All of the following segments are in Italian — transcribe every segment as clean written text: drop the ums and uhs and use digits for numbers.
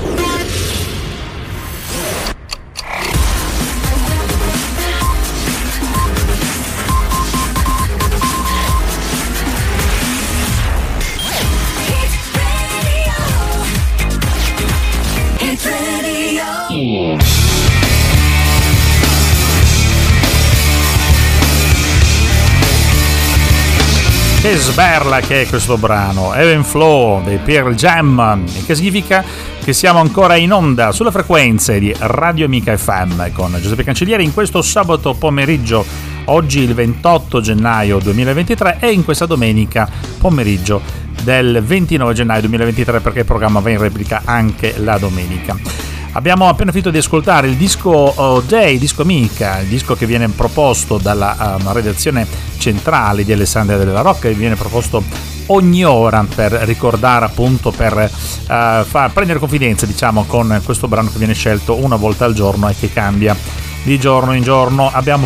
Che sberla che è questo brano, Ebb and Flow dei Pearl Jam, che significa che siamo ancora in onda sulle frequenze di Radio Amica FM con Giuseppe Cancellieri in questo sabato pomeriggio, oggi il 28 gennaio 2023 e in questa domenica pomeriggio del 29 gennaio 2023, perché il programma va in replica anche la domenica. Abbiamo appena finito di ascoltare il disco Day, disco Amica, il disco che viene proposto dalla redazione centrale di Alessandria della Rocca, che viene proposto ogni ora per ricordare, appunto, per prendere confidenza, diciamo, con questo brano che viene scelto una volta al giorno e che cambia di giorno in giorno. Abbiamo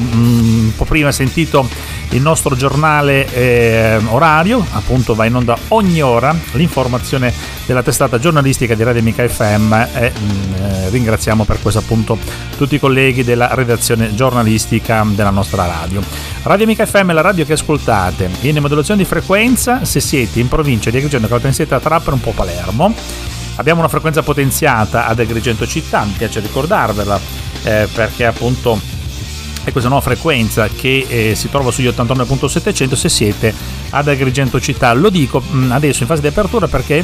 un po' prima sentito il nostro giornale orario, appunto va in onda ogni ora l'informazione della testata giornalistica di Radio Amica FM e ringraziamo per questo, appunto, tutti i colleghi della redazione giornalistica della nostra radio. Radio Amica FM è la radio che ascoltate in modulazione di frequenza se siete in provincia di Agrigento, Caltanissetta, Trapani, un po' Palermo. Abbiamo una frequenza potenziata ad Agrigento città, mi piace ricordarvela, perché appunto è questa nuova frequenza che si trova sugli 89.700 se siete ad Agrigento città. Lo dico adesso in fase di apertura perché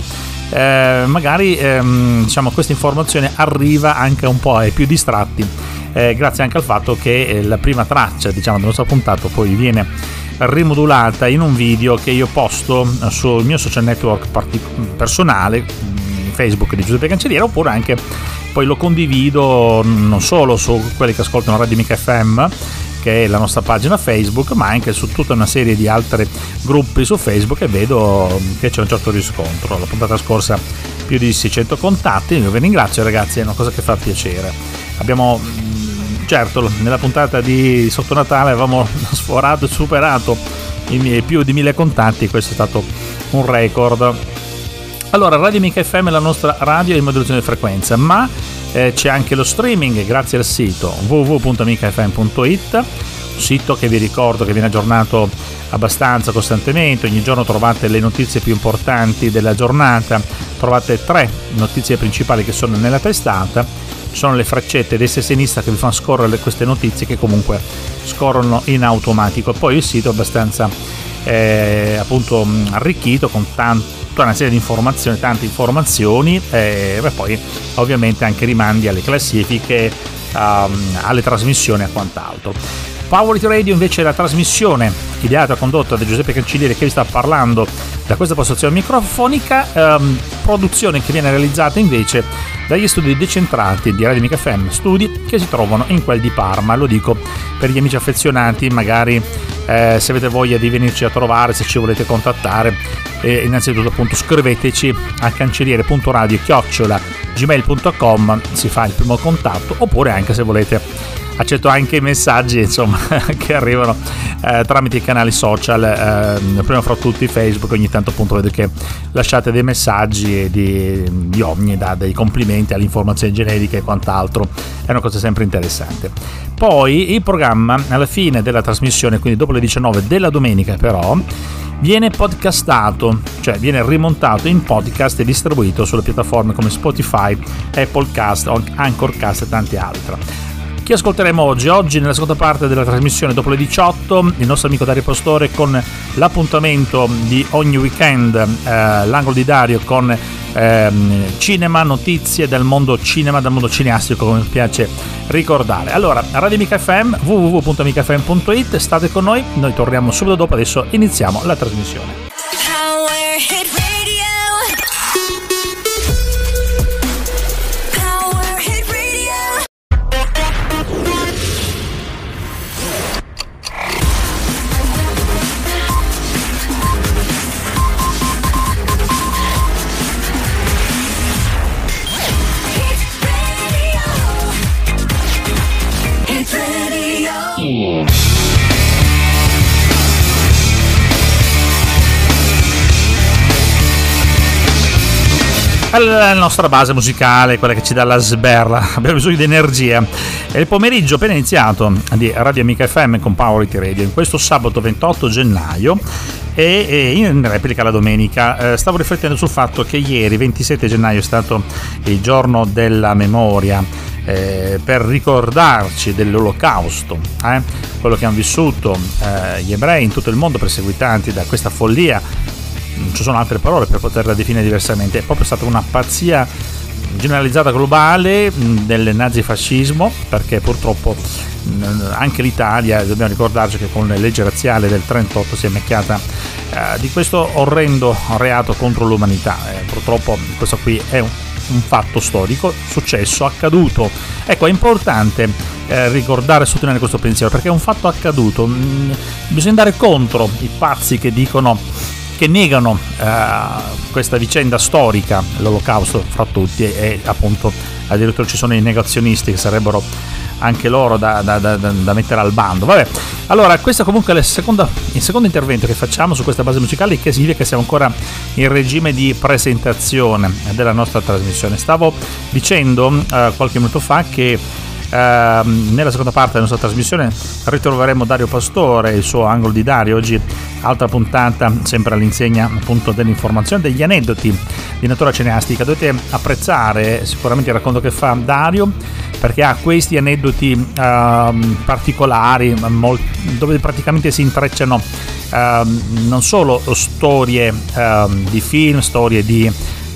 magari diciamo questa informazione arriva anche un po' ai più distratti, grazie anche al fatto che la prima traccia, diciamo, del nostro puntato poi viene rimodulata in un video che io posto sul mio social network personale, Facebook di Giuseppe Cancellieri, oppure anche poi lo condivido non solo su quelli che ascoltano Radio Amica FM, che è la nostra pagina Facebook, ma anche su tutta una serie di altri gruppi su Facebook, e vedo che c'è un certo riscontro. La puntata scorsa più di 600 contatti, io vi ringrazio ragazzi, è una cosa che fa piacere. Abbiamo, certo, nella puntata di sotto Natale avevamo sforato e superato i più di 1000 contatti, questo è stato un record. Allora, Radio Amica FM è la nostra radio in modulazione di frequenza, ma c'è anche lo streaming grazie al sito www.amicafm.it, un sito che vi ricordo che viene aggiornato abbastanza costantemente. Ogni giorno trovate le notizie più importanti della giornata, trovate 3 notizie principali che sono nella testata, sono le freccette destra e sinistra che vi fanno scorrere queste notizie, che comunque scorrono in automatico. Poi il sito è abbastanza appunto arricchito con una serie di informazioni, tante informazioni, e poi ovviamente anche rimandi alle classifiche, alle trasmissioni e quant'altro. Power It Radio invece è la trasmissione ideata e condotta da Giuseppe Cancellieri, che vi sta parlando da questa postazione microfonica, produzione che viene realizzata invece dagli studi decentrati di Radio Amica FM, studi che si trovano in quel di Parma. Lo dico per gli amici affezionati, magari se avete voglia di venirci a trovare, se ci volete contattare, innanzitutto appunto scriveteci a cancelliere.radio@gmail.com, si fa il primo contatto, oppure anche se volete accetto anche i messaggi, insomma, che arrivano tramite i canali social, prima fra tutti Facebook. Ogni tanto appunto vedo che lasciate dei messaggi di ogni, dei complimenti alle informazioni generiche e quant'altro, è una cosa sempre interessante. Poi il programma alla fine della trasmissione, quindi dopo le 19 della domenica, però viene podcastato, cioè viene rimontato in podcast e distribuito sulle piattaforme come Spotify, Applecast, Anchorcast e tante altre. Chi ascolteremo oggi? Oggi nella seconda parte della trasmissione dopo le 18 il nostro amico Dario Pastore con l'appuntamento di ogni weekend, l'angolo di Dario con cinema, notizie del mondo cinema, dal mondo cineastico, come mi piace ricordare. Allora, Radio Amica FM, www.amicafm.it, state con noi torniamo subito dopo, adesso iniziamo la trasmissione. la nostra base musicale, quella che ci dà la sberla, abbiamo bisogno di energia. È il pomeriggio appena iniziato di Radio Amica FM con Power It Radio in questo sabato 28 gennaio e in replica la domenica. Stavo riflettendo sul fatto che ieri 27 gennaio è stato il giorno della memoria, per ricordarci dell'olocausto, quello che hanno vissuto gli ebrei in tutto il mondo perseguitati da questa follia. Non ci sono altre parole per poterla definire diversamente. È proprio stata una pazzia generalizzata globale del nazifascismo, perché purtroppo anche l'Italia, dobbiamo ricordarci che con le leggi razziali del 38 si è macchiata di questo orrendo reato contro l'umanità. Purtroppo questo qui è un fatto storico, successo, accaduto. Ecco, è importante ricordare e sottolineare questo pensiero, perché è un fatto accaduto. Bisogna andare contro i pazzi che dicono, che negano questa vicenda storica, l'olocausto fra tutti, e appunto addirittura ci sono i negazionisti che sarebbero anche loro da mettere al bando. Vabbè, allora questo comunque è il secondo intervento che facciamo su questa base musicale, che significa che siamo ancora in regime di presentazione della nostra trasmissione. Stavo dicendo qualche minuto fa che nella seconda parte della nostra trasmissione ritroveremo Dario Pastore e il suo angolo di Dario. Oggi altra puntata sempre all'insegna appunto dell'informazione, degli aneddoti di natura cineastica. Dovete apprezzare sicuramente il racconto che fa Dario, perché ha questi aneddoti particolari dove praticamente si intrecciano non solo storie di film, storie di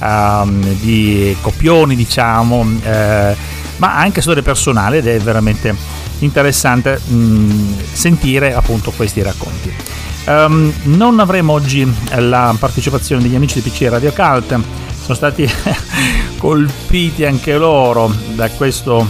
copioni, diciamo, ma anche storie personali, ed è veramente interessante sentire appunto questi racconti. Non avremo oggi la partecipazione degli amici di PC Radio Cult, sono stati colpiti anche loro da questo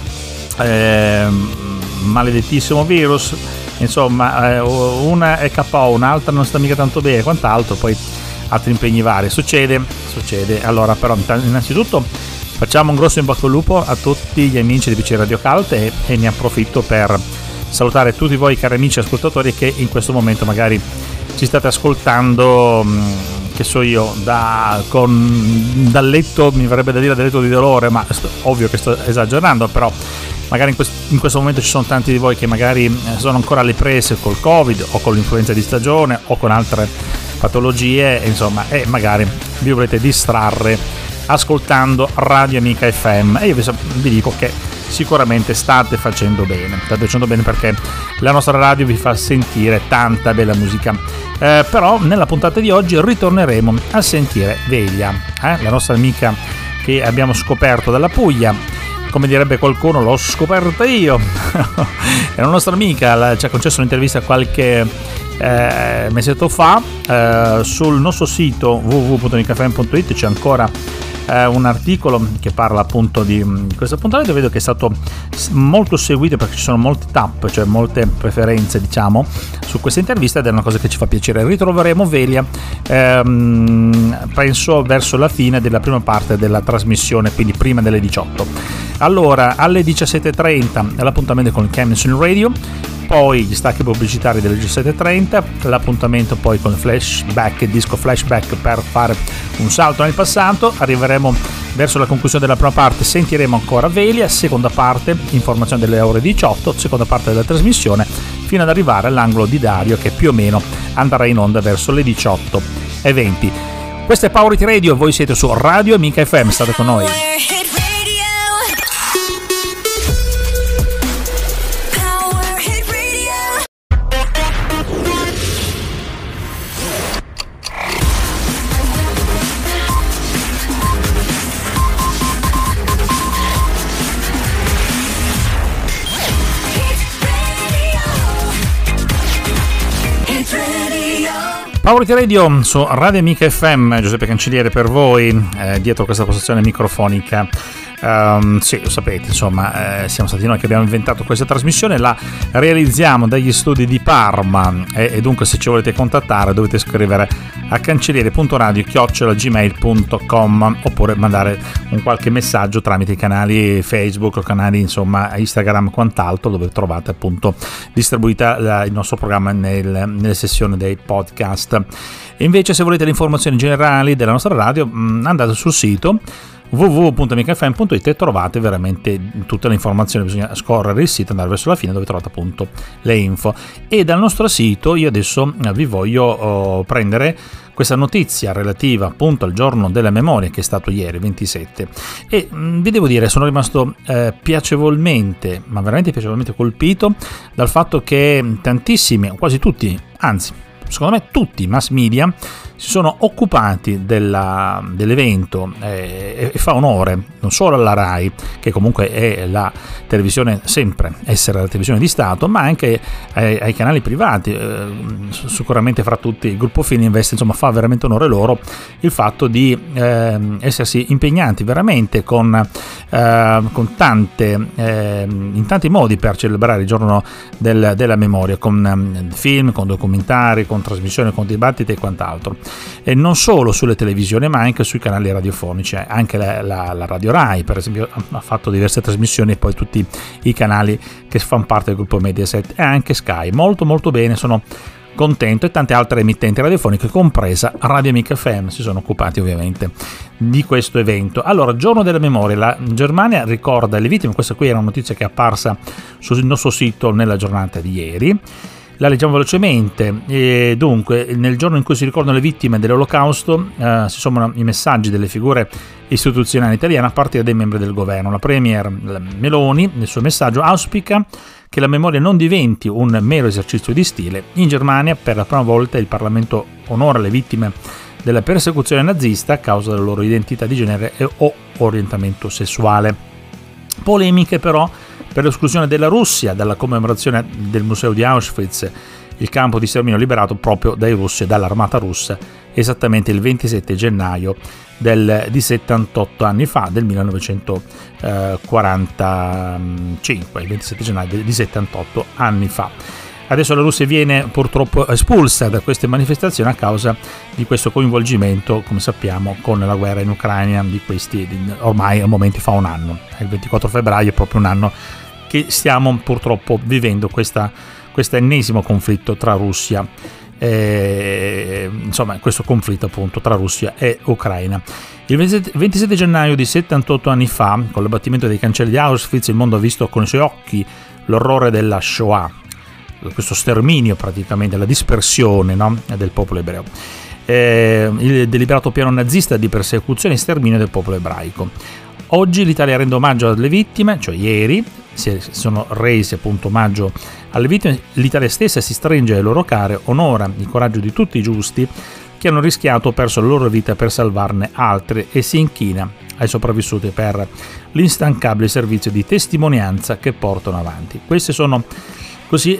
maledettissimo virus. Insomma, una è KO, un'altra non sta mica tanto bene, quant'altro, poi altri impegni vari. Succede. Allora, però, innanzitutto facciamo un grosso in bocca al lupo a tutti gli amici di PC Radio Cult e ne approfitto per salutare tutti voi cari amici ascoltatori che in questo momento magari ci state ascoltando, che so io, dal letto, mi verrebbe da dire dal letto di dolore, ma ovvio che sto esagerando, però magari in questo momento ci sono tanti di voi che magari sono ancora alle prese col Covid o con l'influenza di stagione o con altre patologie, insomma, e magari vi volete distrarre ascoltando Radio Amica FM, e io vi dico che sicuramente state facendo bene perché la nostra radio vi fa sentire tanta bella musica. Però nella puntata di oggi ritorneremo a sentire Velia, la nostra amica che abbiamo scoperto dalla Puglia. Come direbbe qualcuno, l'ho scoperta io. È una nostra amica, ci ha concesso un'intervista qualche mesetto fa. Sul nostro sito www.micafm.it c'è ancora un articolo che parla appunto di questo appuntamento. Vedo che è stato molto seguito perché ci sono molti tap, cioè molte preferenze, diciamo, su questa intervista, ed è una cosa che ci fa piacere. Ritroveremo Velia penso verso la fine della prima parte della trasmissione, quindi prima delle 18. Allora, alle 17.30 l'appuntamento con il Chemistry Radio, poi gli stacchi pubblicitari delle 17.30, l'appuntamento poi con il flashback, il disco flashback per fare un salto nel passato. Arriveremo verso la conclusione della prima parte, sentiremo ancora Velia, seconda parte, informazione delle ore 18, seconda parte della trasmissione, fino ad arrivare all'angolo di Dario che più o meno andrà in onda verso le 18.20. Questo è Power It Radio, voi siete su Radio Amica FM, state con noi. Power It Radio su Radio Amica FM, Giuseppe Cancelliere per voi, dietro questa postazione microfonica. Sì, lo sapete, insomma, siamo stati noi che abbiamo inventato questa trasmissione, la realizziamo dagli studi di Parma e dunque se ci volete contattare dovete scrivere a cancelliere.radio@gmail.com oppure mandare un qualche messaggio tramite i canali Facebook o canali insomma Instagram quant'altro, dove trovate appunto distribuita il nostro programma nelle sessioni dei podcast. E invece se volete le informazioni generali della nostra radio andate sul sito www.micafm.it e trovate veramente tutte le informazioni. Bisogna scorrere il sito, andare verso la fine dove trovate appunto le info. E dal nostro sito io adesso vi voglio prendere questa notizia relativa appunto al giorno della memoria, che è stato ieri 27, e vi devo dire sono rimasto piacevolmente, ma veramente piacevolmente colpito dal fatto che tantissimi, quasi tutti, anzi secondo me tutti i mass media si sono occupati dell'evento e fa onore non solo alla RAI, che comunque è la televisione, sempre essere la televisione di Stato, ma anche ai canali privati, sicuramente fra tutti il gruppo Fininvest, insomma fa veramente onore loro il fatto di essersi impegnati veramente con tante in tanti modi per celebrare il giorno della memoria, con film, con documentari, con trasmissioni, con dibattiti e quant'altro. E non solo sulle televisioni ma anche sui canali radiofonici, anche la Radio Rai per esempio ha fatto diverse trasmissioni, e poi tutti i canali che fanno parte del gruppo Mediaset e anche Sky, molto molto bene, sono contento, e tante altre emittenti radiofoniche compresa Radio Amica FM si sono occupati ovviamente di questo evento. Allora, giorno della memoria, la Germania ricorda le vittime, questa qui era una notizia che è apparsa sul nostro sito nella giornata di ieri. La leggiamo velocemente. E dunque, nel giorno in cui si ricordano le vittime dell'Olocausto si sommano i messaggi delle figure istituzionali italiane a partire dai membri del governo. La premier Meloni nel suo messaggio auspica che la memoria non diventi un mero esercizio di stile. In Germania per la prima volta il Parlamento onora le vittime della persecuzione nazista a causa della loro identità di genere o orientamento sessuale. Polemiche però per l'esclusione della Russia dalla commemorazione del museo di Auschwitz, il campo di sterminio liberato proprio dai russi e dall'armata russa esattamente il 27 gennaio di 78 anni fa, del 1945, il 27 gennaio di 78 anni fa. Adesso la Russia viene purtroppo espulsa da queste manifestazioni a causa di questo coinvolgimento, come sappiamo, con la guerra in Ucraina ormai al momento fa un anno, il 24 febbraio è proprio un anno che stiamo purtroppo vivendo questo ennesimo conflitto tra Russia, insomma questo conflitto appunto tra Russia e Ucraina. Il 27 gennaio di 78 anni fa, con l'abbattimento dei cancelli di Auschwitz, il mondo ha visto con i suoi occhi l'orrore della Shoah, questo sterminio praticamente, la dispersione, no, del popolo ebreo, il deliberato piano nazista di persecuzione e sterminio del popolo ebraico. Oggi l'Italia rende omaggio alle vittime, cioè ieri si sono resi appunto omaggio alle vittime, l'Italia stessa si stringe alle loro care, onora il coraggio di tutti i giusti che hanno rischiato o perso la loro vita per salvarne altre e si inchina ai sopravvissuti per l'instancabile servizio di testimonianza che portano avanti. Queste sono così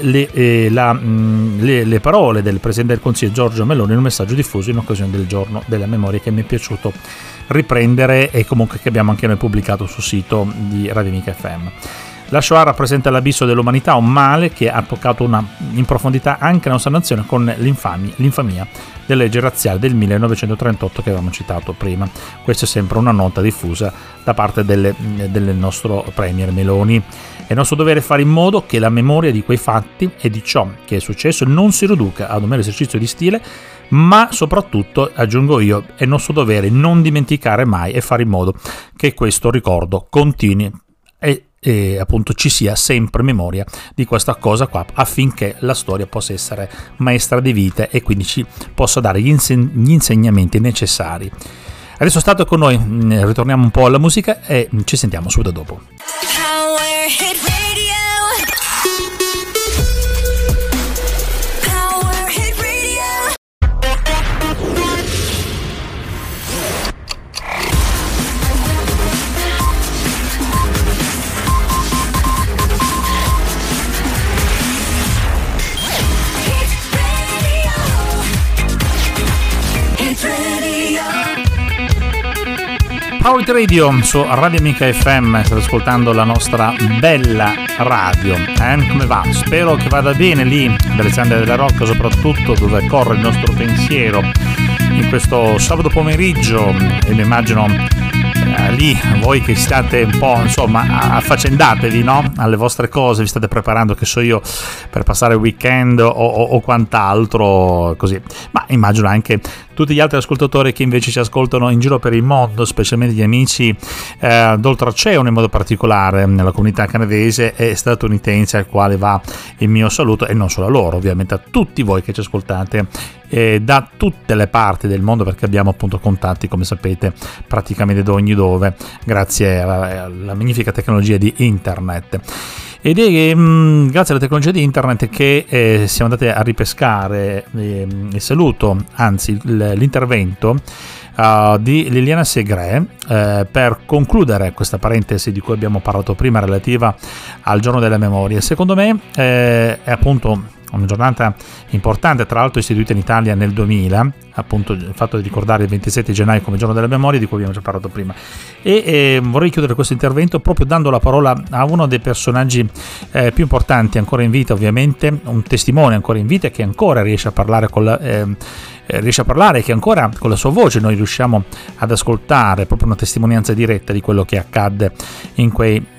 le parole del Presidente del Consiglio Giorgia Meloni in un messaggio diffuso in occasione del giorno della memoria, che mi è piaciuto riprendere e comunque che abbiamo anche noi pubblicato sul sito di Radio Amica FM. La Shoah rappresenta l'abisso dell'umanità, un male che ha toccato in profondità anche la nostra nazione con l'infamia della legge razziale del 1938 che avevamo citato prima. Questa è sempre una nota diffusa da parte del nostro Premier Meloni. È nostro dovere fare in modo che la memoria di quei fatti e di ciò che è successo non si riduca ad un mero esercizio di stile, ma soprattutto, aggiungo io, è nostro dovere non dimenticare mai e fare in modo che questo ricordo continui e appunto ci sia sempre memoria di questa cosa qua, affinché la storia possa essere maestra di vita e quindi ci possa dare gli insegnamenti necessari. Adesso state con noi, ritorniamo un po' alla musica e ci sentiamo subito dopo. Power Hit Radio. Power Hit Radio. Power Radio su Radio Amica FM, state ascoltando la nostra bella radio. Come va? Spero che vada bene lì, Alessandria della Rocca, soprattutto dove corre il nostro pensiero in questo sabato pomeriggio, e mi immagino lì voi che state un po', insomma, affaccendatevi, no? Alle vostre cose, vi state preparando, che so io, per passare il weekend o quant'altro, così. Ma immagino anche tutti gli altri ascoltatori che invece ci ascoltano in giro per il mondo, specialmente gli amici d'oltreoceano in modo particolare, nella comunità canadese e statunitense, al quale va il mio saluto, e non solo a loro, ovviamente a tutti voi che ci ascoltate da tutte le parti del mondo, perché abbiamo appunto contatti, come sapete, praticamente da ogni dove, grazie alla magnifica tecnologia di internet. Ed è grazie alla tecnologia di internet che siamo andati a ripescare il saluto, anzi l'intervento di Liliana Segre per concludere questa parentesi di cui abbiamo parlato prima, relativa al giorno della memoria. Secondo me è appunto una giornata importante, tra l'altro istituita in Italia nel 2000, appunto il fatto di ricordare il 27 gennaio come giorno della memoria, di cui abbiamo già parlato prima. E vorrei chiudere questo intervento proprio dando la parola a uno dei personaggi più importanti ancora in vita, ovviamente, un testimone ancora in vita, che ancora riesce a parlare che ancora con la sua voce noi riusciamo ad ascoltare, proprio una testimonianza diretta di quello che accadde in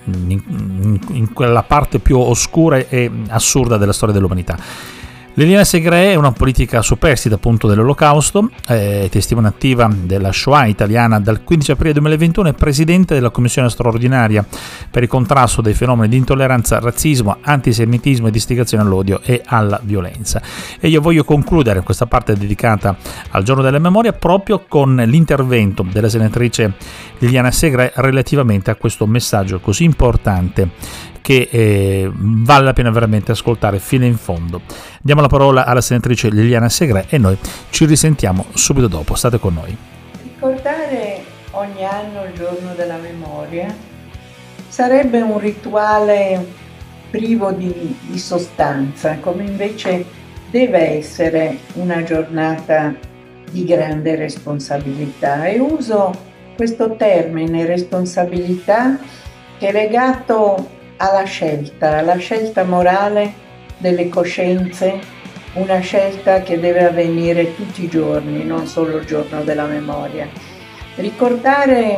quella parte più oscura e assurda della storia dell'umanità. Liliana Segre è una politica superstite appunto dell'Olocausto, testimone attiva della Shoah italiana dal 15 aprile 2021 e presidente della Commissione straordinaria per il contrasto dei fenomeni di intolleranza, razzismo, antisemitismo ed istigazione all'odio e alla violenza. E io voglio concludere questa parte dedicata al giorno della memoria proprio con l'intervento della senatrice Liliana Segre relativamente a questo messaggio così importante che vale la pena veramente ascoltare fino in fondo. Diamo la parola alla senatrice Liliana Segre e noi ci risentiamo subito dopo. State con noi. Ricordare ogni anno il giorno della memoria sarebbe un rituale privo di sostanza, come invece deve essere una giornata di grande responsabilità. E uso questo termine responsabilità che è legato alla scelta morale delle coscienze, una scelta che deve avvenire tutti i giorni, non solo il giorno della memoria. Ricordare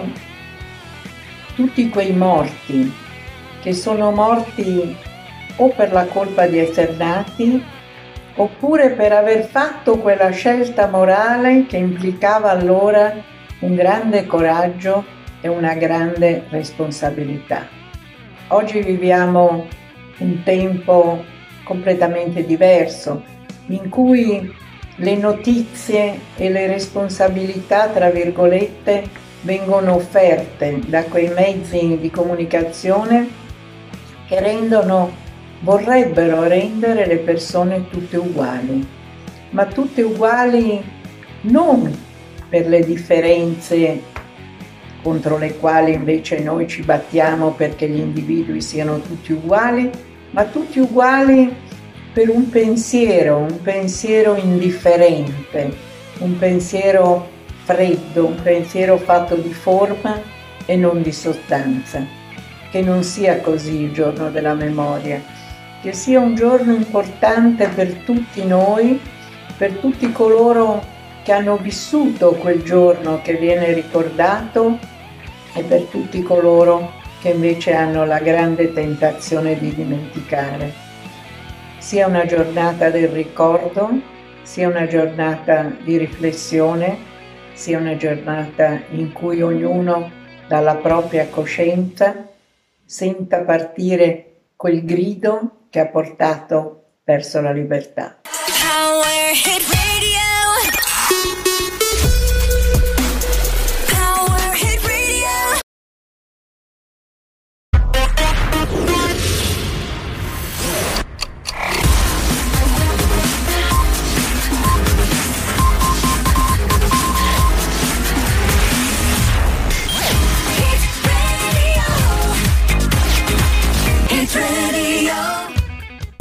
tutti quei morti che sono morti o per la colpa di essere nati, oppure per aver fatto quella scelta morale che implicava allora un grande coraggio e una grande responsabilità. Oggi viviamo un tempo completamente diverso, in cui le notizie e le responsabilità, tra virgolette, vengono offerte da quei mezzi di comunicazione che vorrebbero rendere le persone tutte uguali, ma tutte uguali non per le differenze contro le quali invece noi ci battiamo perché gli individui siano tutti uguali, ma tutti uguali per un pensiero indifferente, un pensiero freddo, un pensiero fatto di forma e non di sostanza. Che non sia così il giorno della memoria, che sia un giorno importante per tutti noi, per tutti coloro che hanno vissuto quel giorno che viene ricordato, e per tutti coloro che invece hanno la grande tentazione di dimenticare. Sia una giornata del ricordo, sia una giornata di riflessione, sia una giornata in cui ognuno dalla propria coscienza senta partire quel grido che ha portato verso la libertà. Power Hit Radio.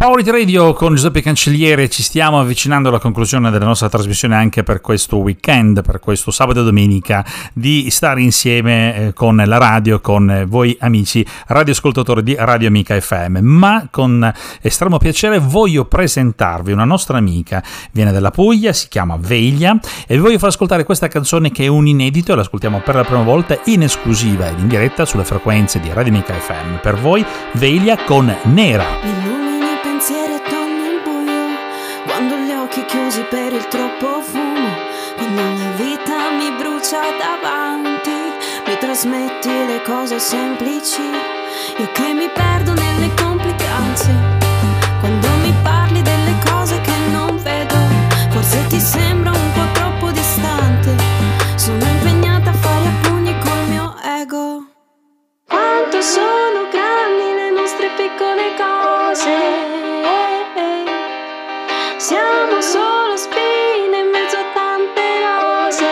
Power Radio con Giuseppe Cancelliere, ci stiamo avvicinando alla conclusione della nostra trasmissione anche per questo weekend, per questo sabato e domenica, di stare insieme con la radio, con voi amici radioascoltatori di Radio Amica FM. Ma con estremo piacere voglio presentarvi una nostra amica, viene dalla Puglia, si chiama Velia, e vi voglio far ascoltare questa canzone che è un inedito e l'ascoltiamo per la prima volta in esclusiva ed in diretta sulle frequenze di Radio Amica FM. Per voi Velia con Nera. Pensieri attorno al buio, quando gli occhi chiusi per il troppo fumo, quando la vita mi brucia davanti, mi trasmetti le cose semplici, io che mi perdo nelle complicanze, quando mi parli delle cose che non vedo, forse ti sembra un po' troppo distante, sono impegnata a fare a pugni col mio ego. Quanto sono grandi le nostre piccole cose, siamo solo spine in mezzo a tante rose,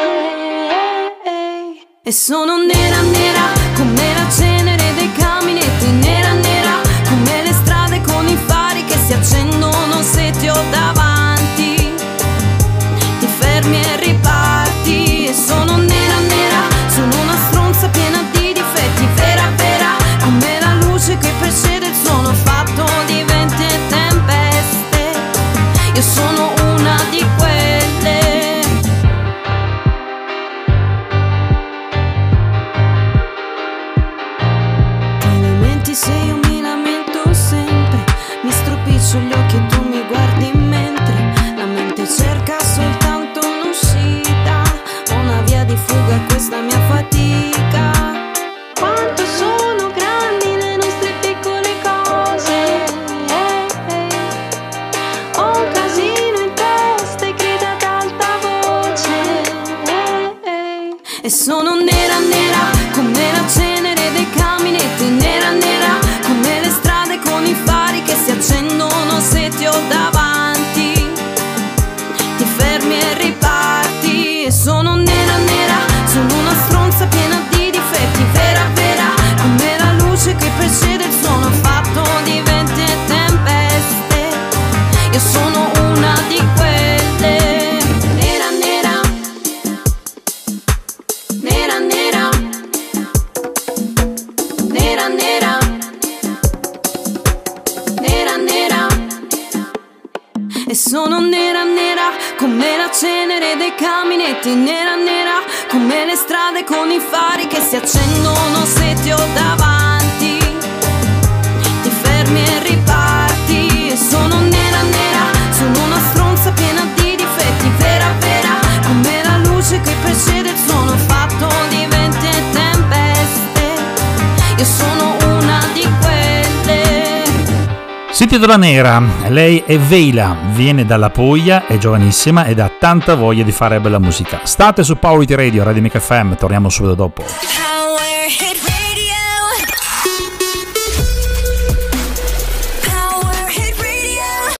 e sono nera nera come la cenere dei caminetti, nera nera come le strade con i fari che si accendono se ti ho davanti, ti fermi e riparti, e sono nera nera, sono una stronza piena di difetti, vera vera come la luce che precede il suono fatto di venti e tempeste, io sono una di quelle. Ti lamenti se io mi lamento sempre, mi stropiccio gli occhi e tu mi guardi mentre la mente cerca soltanto un'uscita, una via di fuga a questa mia fatica. Quanto sono grandi le nostre piccole cose, ho un casino in testa e grida ad alta voce, e sono nera nera come la cenere dei caminetti, nera nera come le strade con i fari che si accendono se ti ho davanti, ti fermi e riparti, e sono nera nera, sono una stronza piena di difetti, vera vera come la luce che precede il suono fatto di venti e tempeste, io sono una di quelle. Nera nera, nera nera, nera nera, nera nera, e sono nera nera come la cenere dei caminetti, nera nera come le strade con i fari che si accendono se ti ho davanti, ti fermi e riparti, e sono nera nera, sono una stronza piena di difetti, vera vera come la luce che precede il suono fatto di venti e tempeste, io sono una di quelle. Si intitola Nera, lei è Veila, viene dalla Puglia, è giovanissima ed ha tanta voglia di fare bella musica. State su Power Radio, Radio Amica FM, torniamo subito dopo. Power Hit Radio. Power Hit Radio.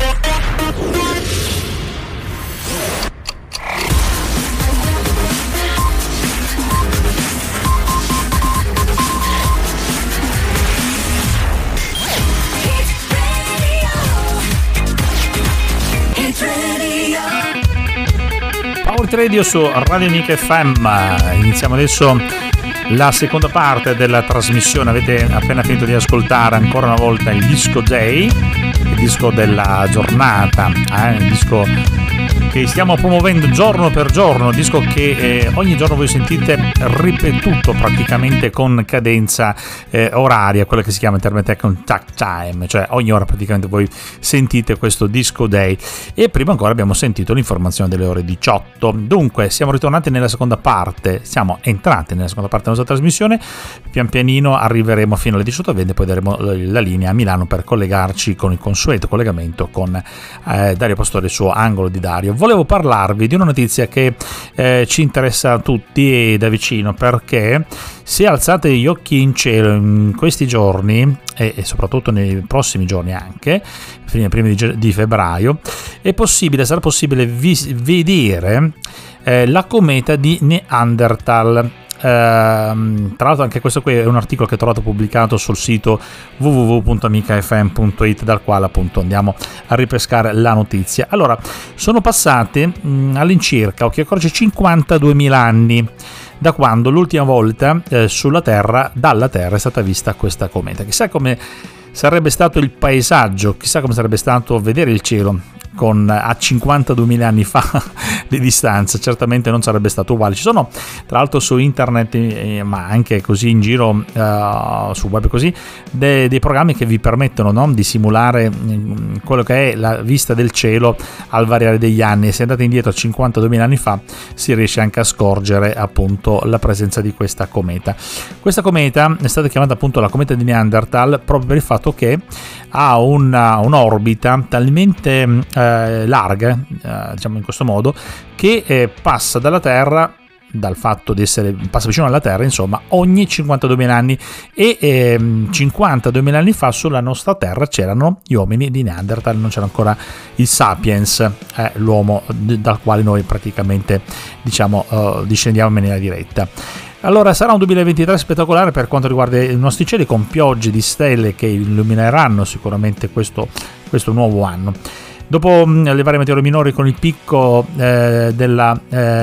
Hit Radio. Power Radio su Radio Amica FM. Iniziamo adesso la seconda parte della trasmissione. Avete appena finito di ascoltare ancora una volta il disco Day, il disco della giornata, il disco che stiamo promuovendo giorno per giorno, disco che ogni giorno voi sentite ripetuto praticamente con cadenza oraria, quella che si chiama in termini tecnici takt time, cioè ogni ora praticamente voi sentite questo disco day. E prima ancora abbiamo sentito l'informazione delle ore 18. Dunque siamo ritornati nella seconda parte, siamo entrati nella seconda parte della nostra trasmissione, pian pianino arriveremo fino alle 18:20, poi daremo la linea a Milano per collegarci con il consueto collegamento con Dario Pastore, il suo angolo di Dario. Volevo parlarvi di una notizia che ci interessa a tutti e da vicino, perché se alzate gli occhi in cielo in questi giorni e soprattutto nei prossimi giorni anche, prima di febbraio, sarà possibile vedere la cometa di Neanderthal. tra l'altro anche questo qui è un articolo che trovate pubblicato sul sito www.amicafm.it, dal quale appunto andiamo a ripescare la notizia. Allora, sono passati all'incirca, occhio e croce, 52.000 anni da quando l'ultima volta sulla Terra, dalla Terra, è stata vista questa cometa. Chissà come sarebbe stato il paesaggio, chissà come sarebbe stato vedere il cielo a 52.000 anni fa di distanza. Certamente non sarebbe stato uguale. Ci sono tra l'altro su internet, ma anche così in giro su web così, dei programmi che vi permettono, no, di simulare quello che è la vista del cielo al variare degli anni, e se andate indietro a 52.000 anni fa si riesce anche a scorgere appunto la presenza di questa cometa. Questa cometa è stata chiamata appunto la cometa di Neanderthal proprio per il fatto che ha un'orbita talmente larga, diciamo in questo modo, che passa dalla Terra, dal fatto di essere passa vicino alla Terra, insomma, ogni 52.000 anni, e 52.000 anni fa sulla nostra Terra c'erano gli uomini di Neanderthal, non c'era ancora il Sapiens, l'uomo dal quale noi praticamente discendiamo in maniera diretta. Allora, sarà un 2023 spettacolare per quanto riguarda i nostri cieli, con piogge di stelle che illumineranno sicuramente questo nuovo anno. Dopo le varie meteore minori con il picco della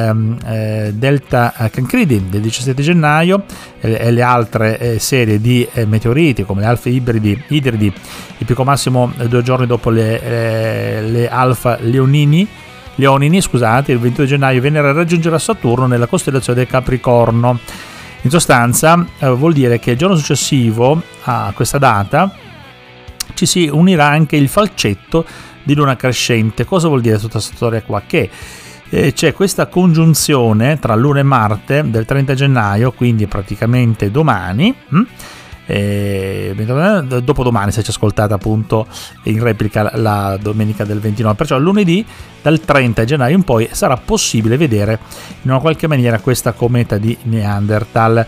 Delta Cancridi del 17 gennaio e le altre serie di meteoriti come le Alfa Idridi, il picco massimo 2 giorni dopo le Alfa Leonini, il 22 gennaio Venere raggiungerà Saturno nella costellazione del Capricorno. In sostanza vuol dire che il giorno successivo a questa data ci si unirà anche il falcetto di luna crescente. Cosa vuol dire tutta questa storia qua? Che c'è questa congiunzione tra Luna e Marte del 30 gennaio, quindi praticamente domani, dopodomani, se ci ascoltate appunto in replica la domenica del 29, perciò lunedì dal 30 gennaio in poi sarà possibile vedere in una qualche maniera questa cometa di Neanderthal.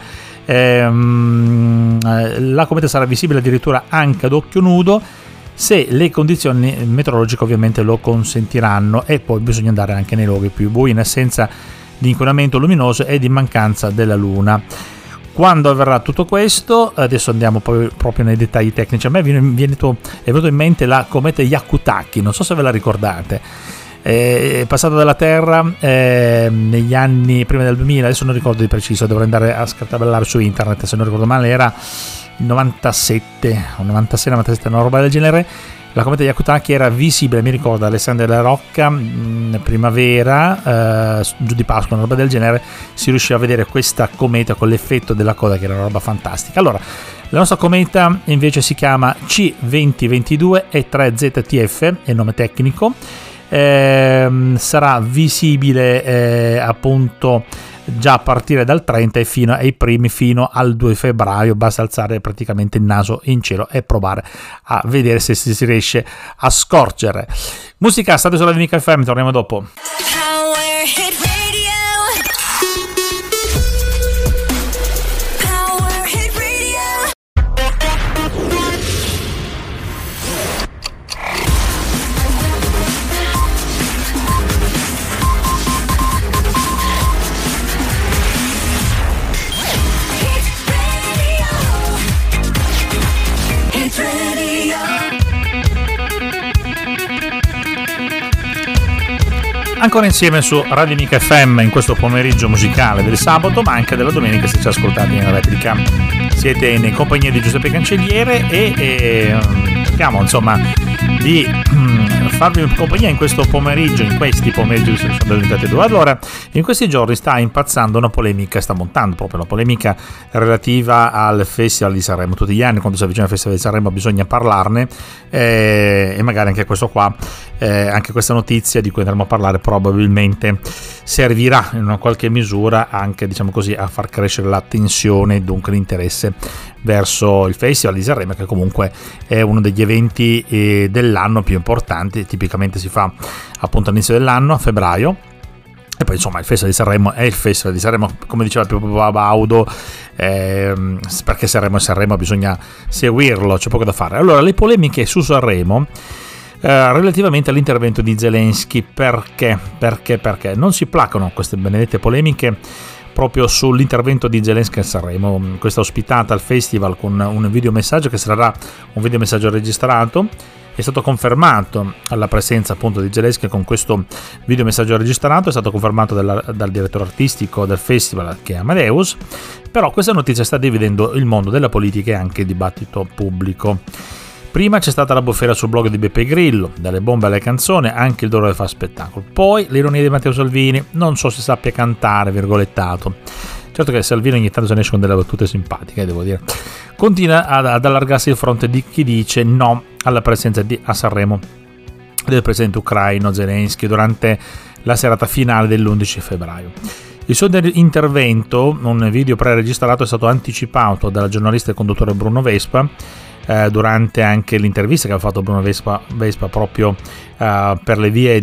La cometa sarà visibile addirittura anche ad occhio nudo, se le condizioni meteorologiche ovviamente lo consentiranno, e poi bisogna andare anche nei luoghi più bui, in assenza di inquinamento luminoso e di mancanza della luna. Quando avverrà tutto questo, adesso andiamo proprio nei dettagli tecnici. A me è venuto in mente la cometa Hyakutake, non so se ve la ricordate, è passata dalla Terra negli anni prima del 2000, adesso non ricordo di preciso, dovrei andare a scartabellare su internet, se non ricordo male era il 97 o 96, una roba del genere. La cometa Hyakutake era visibile, mi ricordo, Alessandria della Rocca, primavera, giù di Pasqua, una roba del genere, si riusciva a vedere questa cometa con l'effetto della coda, che era una roba fantastica. Allora, la nostra cometa invece si chiama C2022 E3ZTF, è il nome tecnico, sarà visibile appunto già a partire dal 30 e fino ai primi, fino al 2 febbraio. Basta alzare praticamente il naso in cielo e provare a vedere se si riesce a scorgere. Musica, state sulla Amica FM, torniamo dopo. Power Hit Radio. Power Hit Radio. Hit Radio. Ancora insieme su Radio Amica FM in questo pomeriggio musicale del sabato, ma anche della domenica, se ci ascoltate in replica. Siete in compagnia di Giuseppe Cancelliere e cerchiamo insomma di farvi compagnia in questo pomeriggio, in questi pomeriggi che sono diventate 2. Allora, in questi giorni sta impazzando una polemica, sta montando proprio la polemica relativa al Festival di Sanremo. Tutti gli anni quando si avvicina al Festival di Sanremo bisogna parlarne, e magari anche questo qua, anche questa notizia di cui andremo a parlare probabilmente servirà in una qualche misura anche, diciamo così, a far crescere la tensione e dunque l'interesse verso il Festival di Sanremo, che comunque è uno degli eventi dell'anno più importanti. Tipicamente si fa appunto all'inizio dell'anno, a febbraio, e poi insomma il Festival di Sanremo è il Festival di Sanremo, come diceva Pippo Baudo, perché Sanremo bisogna seguirlo, c'è poco da fare. Allora, le polemiche su Sanremo relativamente all'intervento di Zelensky, perché non si placano queste benedette polemiche proprio sull'intervento di Zelensky a Sanremo, questa ospitata al festival con un videomessaggio che sarà un videomessaggio registrato. È stato confermato la presenza appunto di Zelensky con questo videomessaggio registrato, è stato confermato dal direttore artistico del festival, che è Amadeus, però questa notizia sta dividendo il mondo della politica e anche il dibattito pubblico. Prima c'è stata la bufera sul blog di Beppe Grillo, dalle bombe alle canzoni, anche il dolore fa spettacolo. Poi l'ironia di Matteo Salvini, non so se sappia cantare, virgolettato. Certo che Salvini ogni tanto se ne esce con delle battute simpatiche, devo dire. Continua ad allargarsi il fronte di chi dice no alla presenza a Sanremo del presidente ucraino Zelensky durante la serata finale dell'11 febbraio. Il suo intervento, un video pre-registrato, è stato anticipato dalla giornalista e conduttore Bruno Vespa durante anche l'intervista che aveva fatto Bruno Vespa proprio per le vie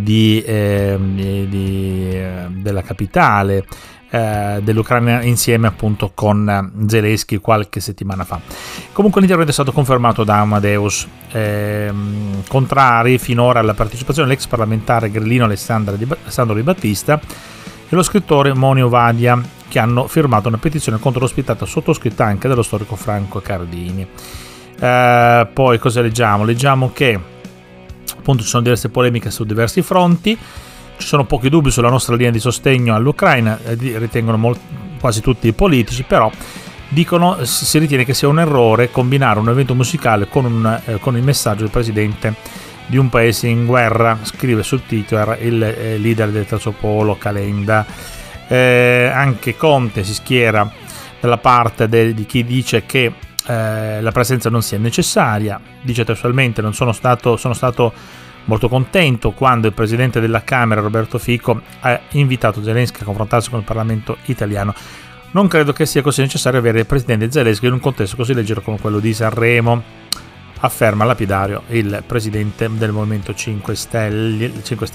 della capitale dell'Ucraina, insieme appunto con Zelensky qualche settimana fa. Comunque l'intervento è stato confermato da Amadeus. Contrari finora alla partecipazione l'ex parlamentare grillino Alessandro Di Battista e lo scrittore Monio Vadia, che hanno firmato una petizione contro l'ospitata sottoscritta anche dallo storico Franco Cardini. Poi cosa leggiamo? Leggiamo che appunto ci sono diverse polemiche su diversi fronti. Ci sono pochi dubbi sulla nostra linea di sostegno all'Ucraina, ritengono quasi tutti i politici, però dicono si ritiene che sia un errore combinare un evento musicale con il messaggio del presidente di un paese in guerra, scrive sul Twitter il leader del Terzo Polo Calenda. Anche Conte si schiera dalla parte di chi dice che la presenza non sia necessaria. Dice testualmente: sono stato molto contento quando il presidente della Camera Roberto Fico ha invitato Zelensky a confrontarsi con il Parlamento italiano. Non credo che sia così necessario avere il presidente Zelensky in un contesto così leggero come quello di Sanremo, afferma lapidario il presidente del Movimento 5 Stelle.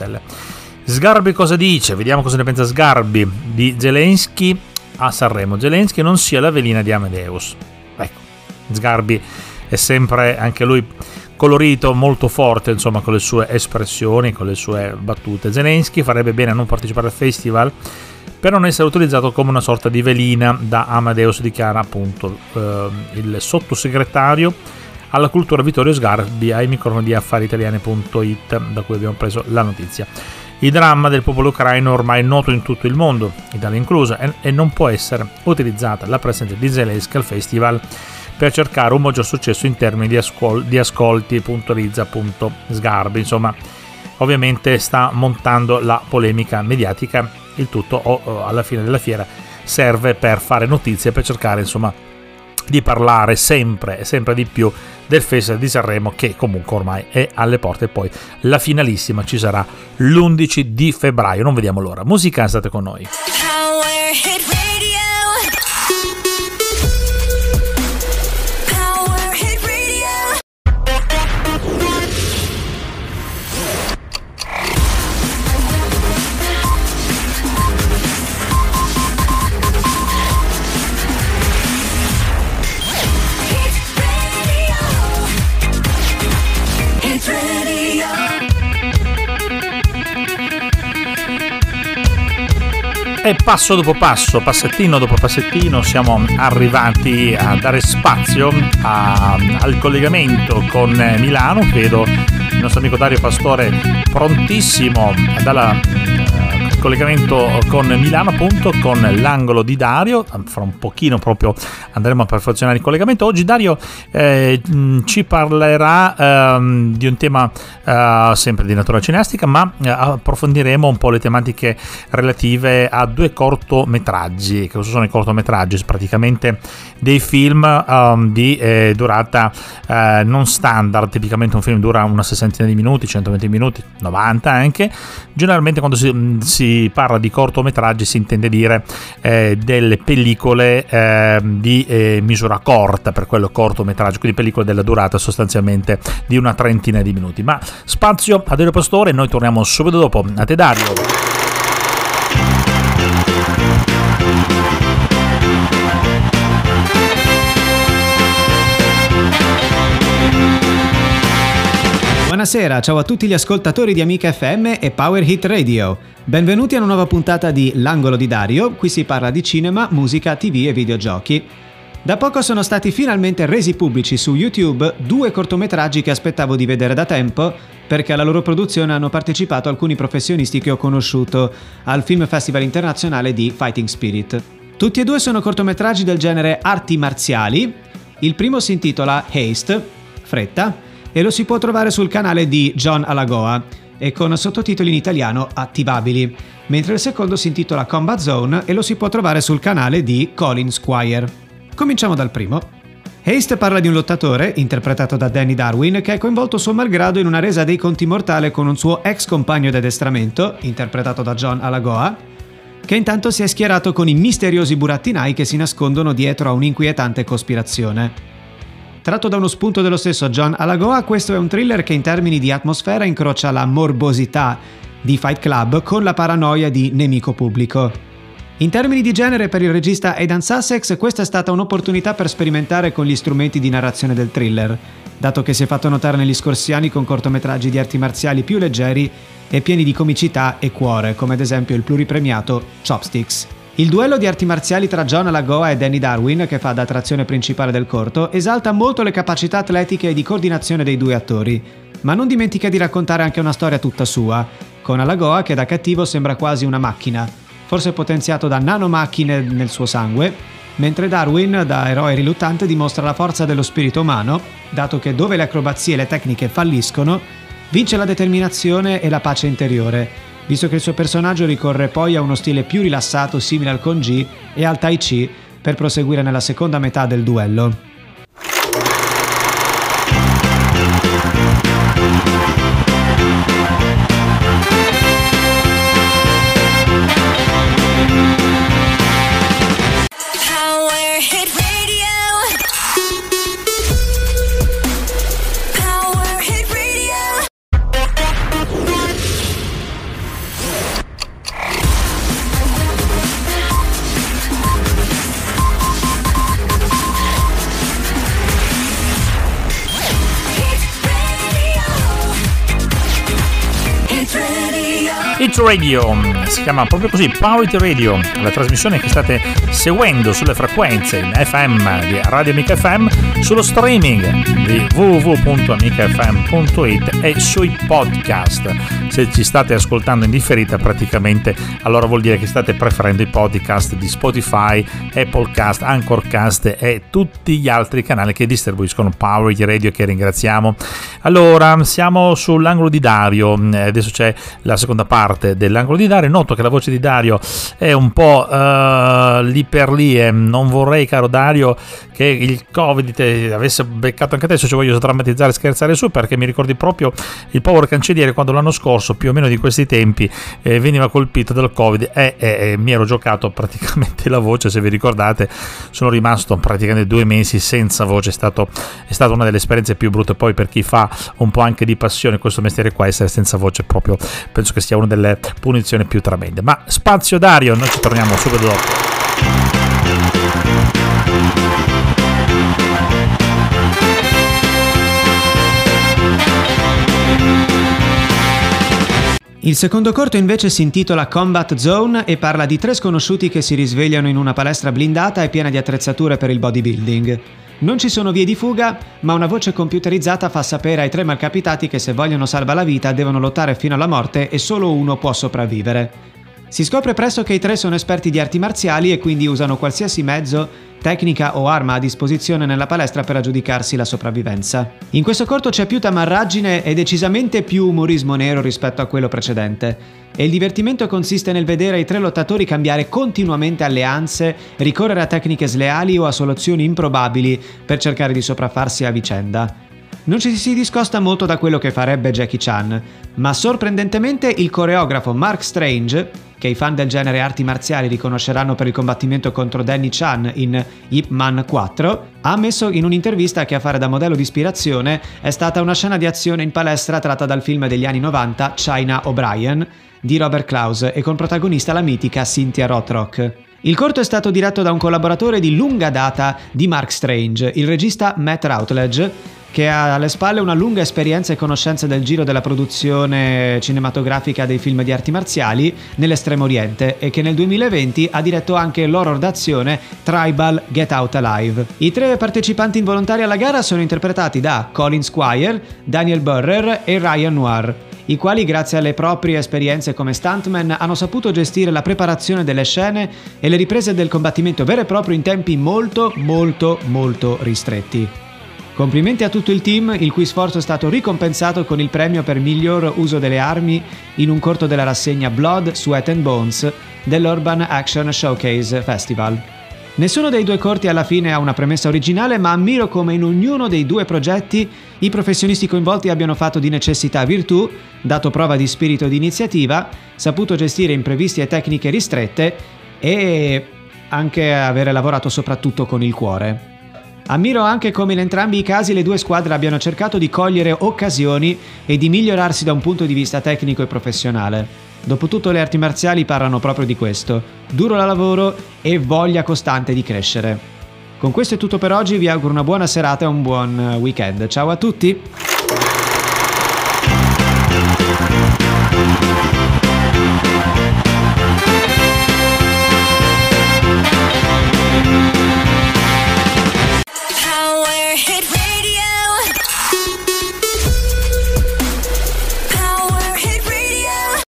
Sgarbi cosa dice? Vediamo cosa ne pensa Sgarbi di Zelensky a Sanremo. Zelensky non sia la velina di Amadeus. Ecco, Sgarbi è sempre anche lui colorito, molto forte, insomma, con le sue espressioni, con le sue battute. Zelensky farebbe bene a non partecipare al festival per non essere utilizzato come una sorta di velina da Amadeus, dichiara appunto il sottosegretario alla cultura Vittorio Sgarbi ai microfoni di affariitaliani.it, da cui abbiamo preso la notizia. Il dramma del popolo ucraino ormai è noto in tutto il mondo, Italia inclusa, e non può essere utilizzata la presenza di Zelensky al festival per cercare un maggior successo in termini di ascolti, puntualizza appunto Sgarbi. Insomma, ovviamente sta montando la polemica mediatica, il tutto alla fine della fiera serve per fare notizie, per cercare insomma di parlare sempre e sempre di più del Festival di Sanremo, che comunque ormai è alle porte. E poi la finalissima ci sarà l'11 di febbraio, non vediamo l'ora. Musica, state con noi. Power Hit Radio. Power Hit Radio. Hit Radio. E passo dopo passo, passettino dopo passettino, siamo arrivati a dare spazio al collegamento con Milano. Vedo il nostro amico Dario Pastore prontissimo dal collegamento con Milano, appunto, con l'angolo di Dario. Fra un pochino proprio andremo a perfezionare il collegamento. Oggi Dario ci parlerà di un tema sempre di natura cineastica, ma approfondiremo un po' le tematiche relative a due cortometraggi. Che cosa sono i cortometraggi? Praticamente dei film di durata non standard. Tipicamente un film dura una sessantina di minuti, 120 minuti, 90 anche. Generalmente quando si parla di cortometraggi si intende dire delle pellicole di misura corta, per quello cortometraggio, quindi pellicole della durata sostanzialmente di una trentina di minuti. Ma spazio a Dario Pastore e noi torniamo subito dopo. A te Dario. Buonasera, ciao a tutti gli ascoltatori di Amica FM e Power Hit Radio. Benvenuti a una nuova puntata di L'Angolo di Dario, qui si parla di cinema, musica, TV e videogiochi. Da poco sono stati finalmente resi pubblici su YouTube 2 cortometraggi che aspettavo di vedere da tempo, perché alla loro produzione hanno partecipato alcuni professionisti che ho conosciuto al Film Festival Internazionale di Fighting Spirit. Tutti e 2 sono cortometraggi del genere arti marziali. Il primo si intitola Haste, fretta, e lo si può trovare sul canale di John Alagoa e con sottotitoli in italiano attivabili, mentre il secondo si intitola Combat Zone e lo si può trovare sul canale di Colin Squire. Cominciamo dal primo. Haste parla di un lottatore, interpretato da Danny Darwin, che è coinvolto suo malgrado in una resa dei conti mortale con un suo ex compagno d'addestramento, interpretato da John Alagoa, che intanto si è schierato con i misteriosi burattinai che si nascondono dietro a un'inquietante cospirazione. Tratto da uno spunto dello stesso John Alagoa, questo è un thriller che in termini di atmosfera incrocia la morbosità di Fight Club con la paranoia di Nemico Pubblico. In termini di genere, per il regista Aidan Sussex, questa è stata un'opportunità per sperimentare con gli strumenti di narrazione del thriller, dato che si è fatto notare negli scorsi anni con cortometraggi di arti marziali più leggeri e pieni di comicità e cuore, come ad esempio il pluripremiato Chopsticks. Il duello di arti marziali tra John Alagoa e Danny Darwin, che fa da attrazione principale del corto, esalta molto le capacità atletiche e di coordinazione dei 2 attori, ma non dimentica di raccontare anche una storia tutta sua, con Alagoa che da cattivo sembra quasi una macchina, forse potenziato da nanomacchine nel suo sangue, mentre Darwin, da eroe riluttante, dimostra la forza dello spirito umano, dato che dove le acrobazie e le tecniche falliscono, vince la determinazione e la pace interiore, visto che il suo personaggio ricorre poi a uno stile più rilassato simile al Kung Ji e al Tai Chi per proseguire nella seconda metà del duello. Hit Radio, si chiama proprio così, Power Hit Radio, la trasmissione che state seguendo sulle frequenze in FM di Radio Amica FM, sullo streaming di www.amicafm.it e sui podcast. Se ci state ascoltando in differita, praticamente allora vuol dire che state preferendo i podcast di Spotify, Applecast, Anchorcast e tutti gli altri canali che distribuiscono Power Hit Radio, che ringraziamo. Allora, siamo sull'angolo di Dario, adesso c'è la seconda parte dell'angolo di Dario. Noto che la voce di Dario è un po' lì per lì e non vorrei, caro Dario, che il Covid avesse beccato anche adesso. Ci voglio drammatizzare e scherzare su, perché mi ricordi proprio il povero cancelliere quando l'anno scorso, più o meno di questi tempi, veniva colpito dal Covid e mi ero giocato praticamente la voce. Se vi ricordate, sono rimasto praticamente 2 mesi senza voce. È stata una delle esperienze più brutte. Poi per chi fa un po' anche di passione questo mestiere qua, essere senza voce proprio penso che sia una delle punizioni più tremende. Ma spazio Dario, noi ci torniamo subito dopo. Il secondo corto invece si intitola Combat Zone e parla di 3 sconosciuti che si risvegliano in una palestra blindata e piena di attrezzature per il bodybuilding. Non ci sono vie di fuga, ma una voce computerizzata fa sapere ai 3 malcapitati che se vogliono salvare la vita devono lottare fino alla morte e solo uno può sopravvivere. Si scopre presto che i 3 sono esperti di arti marziali e quindi usano qualsiasi mezzo, tecnica o arma a disposizione nella palestra per aggiudicarsi la sopravvivenza. In questo corto c'è più tamarraggine e decisamente più umorismo nero rispetto a quello precedente, e il divertimento consiste nel vedere i 3 lottatori cambiare continuamente alleanze, ricorrere a tecniche sleali o a soluzioni improbabili per cercare di sopraffarsi a vicenda. Non ci si discosta molto da quello che farebbe Jackie Chan, ma sorprendentemente il coreografo Mark Strange, che i fan del genere arti marziali riconosceranno per il combattimento contro Danny Chan in Ip Man 4, ha ammesso in un'intervista che a fare da modello di ispirazione è stata una scena di azione in palestra tratta dal film degli anni 90 China O'Brien di Robert Clouse e con protagonista la mitica Cynthia Rothrock. Il corto è stato diretto da un collaboratore di lunga data di Mark Strange, il regista Matt Routledge, che ha alle spalle una lunga esperienza e conoscenza del giro della produzione cinematografica dei film di arti marziali nell'Estremo Oriente e che nel 2020 ha diretto anche l'horror d'azione Tribal Get Out Alive. I 3 partecipanti involontari alla gara sono interpretati da Colin Squire, Daniel Burrer e Ryan Noir, i quali grazie alle proprie esperienze come stuntman hanno saputo gestire la preparazione delle scene e le riprese del combattimento vero e proprio in tempi molto ristretti. Complimenti a tutto il team, il cui sforzo è stato ricompensato con il premio per miglior uso delle armi in un corto della rassegna Blood, Sweat and Bones dell'Urban Action Showcase Festival. Nessuno dei 2 corti alla fine ha una premessa originale, ma ammiro come in ognuno dei 2 progetti i professionisti coinvolti abbiano fatto di necessità virtù, dato prova di spirito di iniziativa, saputo gestire imprevisti e tecniche ristrette e anche avere lavorato soprattutto con il cuore. Ammiro anche come in entrambi i casi le 2 squadre abbiano cercato di cogliere occasioni e di migliorarsi da un punto di vista tecnico e professionale. Dopotutto le arti marziali parlano proprio di questo: duro lavoro e voglia costante di crescere. Con questo è tutto per oggi, vi auguro una buona serata e un buon weekend. Ciao a tutti! Power Hit Radio. Power Hit Radio.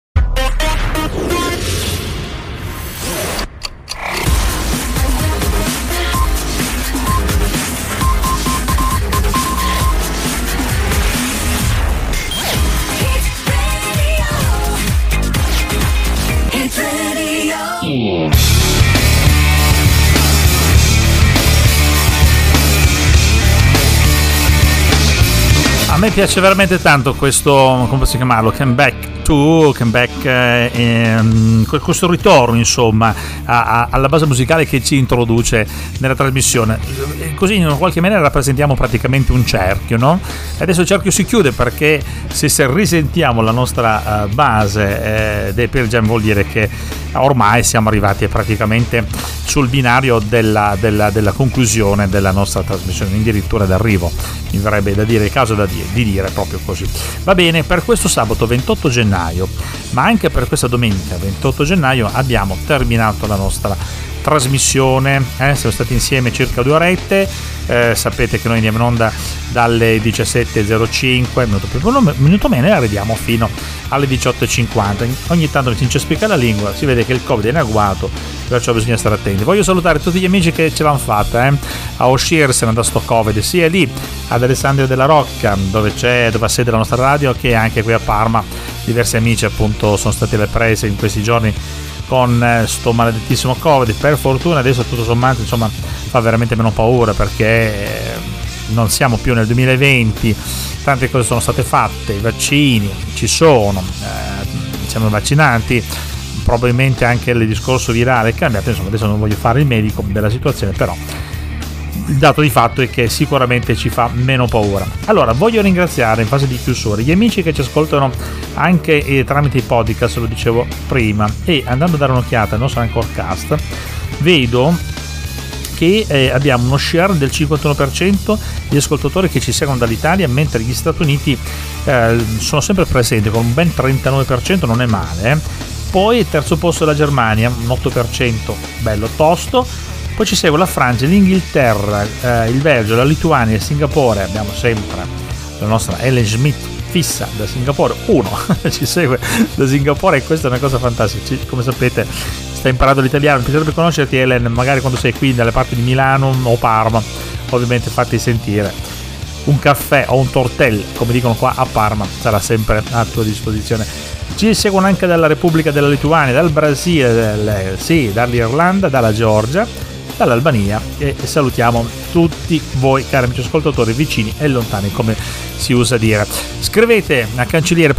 Hit Radio. A me piace veramente tanto questo, come posso chiamarlo, questo ritorno insomma alla base musicale che ci introduce nella trasmissione. Così in qualche maniera rappresentiamo praticamente un cerchio, no? E adesso il cerchio si chiude, perché se risentiamo la nostra base dei Pearl Jam vuol dire che ormai siamo arrivati praticamente sul binario della conclusione della nostra trasmissione, addirittura d'arrivo, mi verrebbe da dire, il caso di dire proprio così. Va bene, per questo sabato 28 gennaio, ma anche per questa domenica 28 gennaio abbiamo terminato la nostra trasmissione, siamo stati insieme circa 2 orette, sapete che noi andiamo in onda dalle 17.05, minuto meno, e arriviamo fino alle 18.50. Ogni tanto ci incespica la lingua, si vede che il Covid è in agguato, perciò bisogna stare attenti. Voglio salutare tutti gli amici che ce l'hanno fatta a uscirsene da sto Covid, sia lì ad Alessandria della Rocca, dove ha sede la nostra radio, che anche qui a Parma. Diversi amici appunto sono stati alle prese in questi giorni con sto maledettissimo Covid. Per fortuna adesso tutto sommato insomma fa veramente meno paura, perché non siamo più nel 2020, tante cose sono state fatte, i vaccini ci sono, siamo vaccinati, probabilmente anche il discorso virale è cambiato, insomma adesso non voglio fare il medico della situazione, però il dato di fatto è che sicuramente ci fa meno paura. Allora, voglio ringraziare in fase di chiusura gli amici che ci ascoltano anche tramite i podcast, lo dicevo prima, e andando a dare un'occhiata al nostro Anchorcast vedo che abbiamo uno share del 51% di ascoltatori che ci seguono dall'Italia, mentre gli Stati Uniti sono sempre presenti con un ben 39%, non è male. Poi il terzo posto è la Germania, un 8%, bello tosto. Poi ci segue la Francia, l'Inghilterra, il Belgio, la Lituania e Singapore. Abbiamo sempre la nostra Ellen Schmidt fissa da Singapore, uno ci segue da Singapore, e questa è una cosa fantastica. Come sapete sta imparando l'italiano, mi piacerebbe conoscerti Ellen, magari quando sei qui dalle parti di Milano o Parma, ovviamente fatti sentire. Un caffè o un tortell, come dicono qua a Parma, sarà sempre a tua disposizione. Ci seguono anche dalla Repubblica della Lituania, dal Brasile, dall'Irlanda, dalla Georgia, dall'Albania, e salutiamo tutti voi cari amici ascoltatori, vicini e lontani, come si usa dire. Scrivete a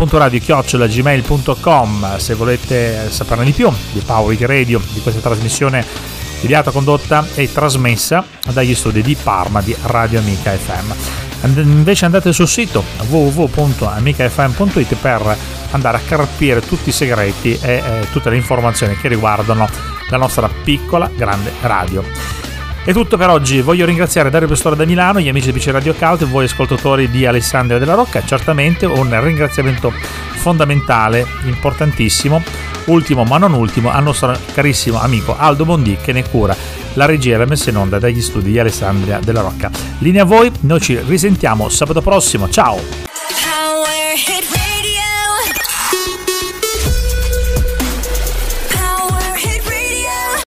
cancelliere.radio@gmail.com se volete saperne di più di Power Hit Radio, di questa trasmissione ideata, condotta e trasmessa dagli studi di Parma di Radio Amica FM. Invece andate sul sito www.amicafm.it per andare a carpire tutti i segreti e tutte le informazioni che riguardano la nostra piccola grande radio. È tutto per oggi, voglio ringraziare Dario Pastore da Milano, gli amici di PC Radio Cult e voi ascoltatori di Alessandria della Rocca. Certamente un ringraziamento fondamentale, importantissimo, ultimo ma non ultimo, al nostro carissimo amico Aldo Bondi, che ne cura la regia e la messa in onda dagli studi di Alessandria della Rocca. Linea a voi, noi ci risentiamo sabato prossimo, ciao! Power Hit Radio.